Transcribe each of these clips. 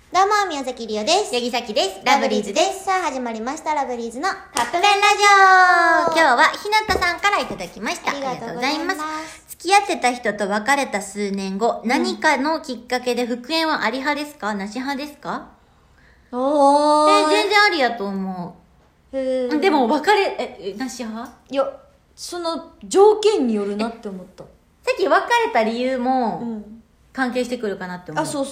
どうも、宮崎りおです。 八木崎です。ラブリーズです。 さあ、始まりました。ラブリーズのカップ麺ラジオ。今日はひなたさんからいただきました。 ありがとうございます。 付き合ってた人と別れた数年後、何かのきっかけで復縁はあり派ですか、なし派ですか？全然ありやと思う。でも別れ、なし派？ いや、その条件によるなって思った。 さっき別れた理由も、関係してくるかなって思う。 そう。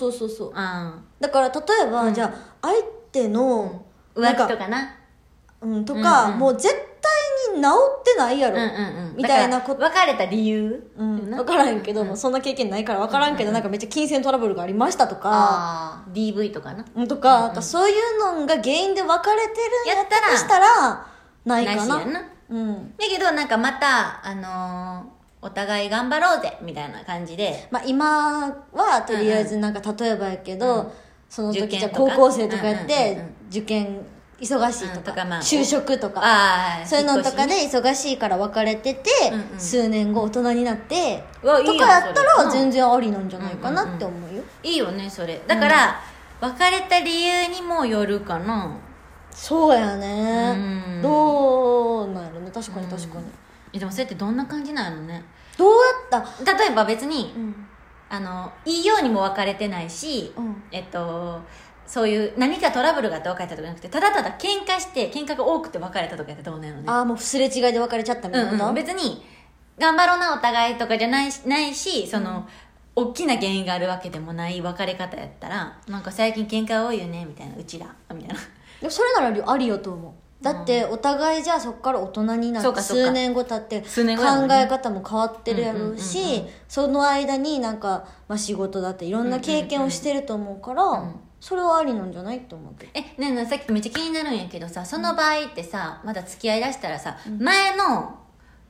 だから例えば、じゃあ相手の、 浮気とかな。 とか、もう絶対に治ってないやろ、みたいなこと。 別れた理由分からへんけど、そんな経験ないから分からんけど、なんかめっちゃ金銭トラブルがありましたとか、 DV とかな。 とか、なんかそういうのが原因で別れてるんやったとしたら、ないかな。 だけどなんかまた、お互い頑張ろうぜみたいな感じで、 今はとりあえずなんか例えばやけど、その時じゃ高校生とかやって受験忙しいとか、就職とか、そういうのとかで忙しいから別れてて、数年後大人になってとかやったら全然ありなんじゃないかなって思うよ。 いいよねそれ。だから別れた理由にもよるかな。 そうやね。どうなんやろね。確かに。 でもそれってどんな感じなのね。 どうやった例えば別に、いいようにも別れてないし、そういう何かトラブルがあって別れたとかじゃなくて、ただただ喧嘩が多くて別れたとかやってどうなのね。 もうすれ違いで別れちゃったみたいなこと、 別に頑張ろうなお互いとかじゃないし、その、大きな原因があるわけでもない別れ方やったら、なんか最近喧嘩多いよねみたいな、うちらみたいな。 でもそれならありよと思う。だってお互いじゃあそっから大人になって数年後経って考え方も変わってるやろうし、その間になんか、仕事だっていろんな経験をしてると思うから、それはありなんじゃないと思うけど。 ねえねえ、さっきめっちゃ気になるんやけどさ、その場合ってさ、まだ付き合いだしたらさ、前の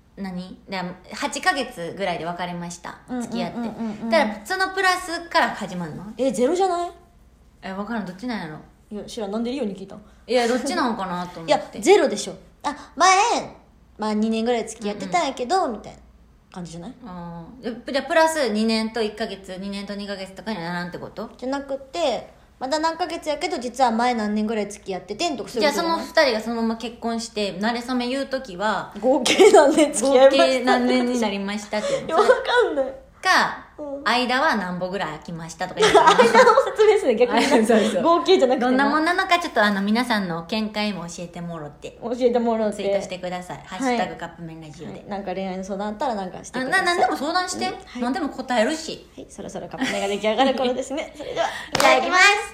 8ヶ月ぐらいで別れました、付き合って。だからそのプラスから始まるの？ ゼロじゃない？ 分からん、どっちなんやろ。 いや知らん、なんでリオに聞いたん？ いやどっちなのかなと思って。 いやゼロでしょ。前2年ぐらい付き合ってたんやけど、みたいな感じじゃない？ じゃあプラス2年と1ヶ月2年と2ヶ月とかにはならんってこと？ じゃなくて、まだ何ヶ月やけど実は前何年ぐらい付き合っててんとか。 じゃあその2人がそのまま結婚して慣れ初め言うときは合計何年付き合いました、 合計何年になりましたっていうの分かんないか、間は何歩ぐらい空きましたとか間の説明する逆にそう合計じゃなくてどんなもんなのかちょっと皆さんの見解も教えてもろってツイートしてください。ハッシュタグカップ麺ラジオで、 なんか恋愛の相談あったらなんかしてください。 何でも相談して、何でも答えるし。 そろそろカップ麺が出来上がる頃ですね。それではいただきます。